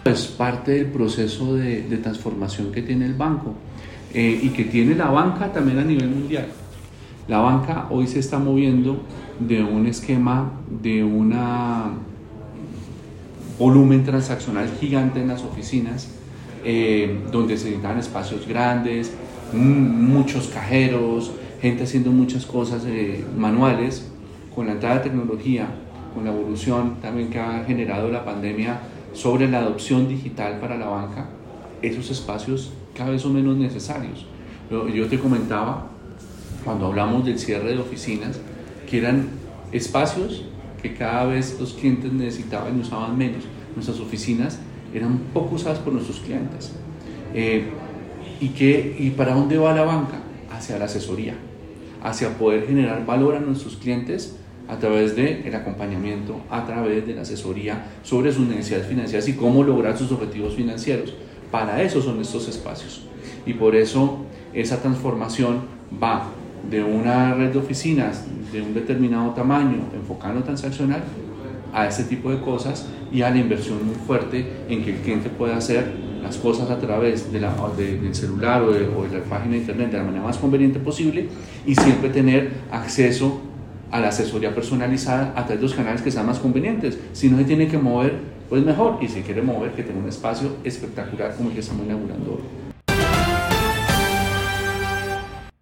Es parte del proceso de transformación que tiene el banco y que tiene la banca también a nivel mundial. La banca hoy se está moviendo de un esquema de un volumen transaccional gigante en las oficinas, donde se necesitan espacios grandes, muchos cajeros, gente haciendo muchas cosas manuales. Con la entrada de tecnología, con la evolución también que ha generado la pandemia sobre la adopción digital para la banca, esos espacios cada vez son menos necesarios. Yo te comentaba, cuando hablamos del cierre de oficinas, que eran espacios que cada vez los clientes necesitaban y usaban menos. Nuestras oficinas eran poco usadas por nuestros clientes. ¿Y para dónde va la banca? Hacia la asesoría, hacia poder generar valor a nuestros clientes a través del acompañamiento, a través de la asesoría sobre sus necesidades financieras y cómo lograr sus objetivos financieros. Para eso son estos espacios. Y por eso esa transformación va de una red de oficinas de un determinado tamaño, enfocado en lo transaccional, a este tipo de cosas y a la inversión muy fuerte en que el cliente pueda hacer las cosas a través del celular o de la página de internet de la manera más conveniente posible y siempre tener acceso a la asesoría personalizada a través de los canales que sean más convenientes. Si no se tiene que mover, pues mejor, y si quiere mover, que tenga un espacio espectacular como el que estamos inaugurando hoy.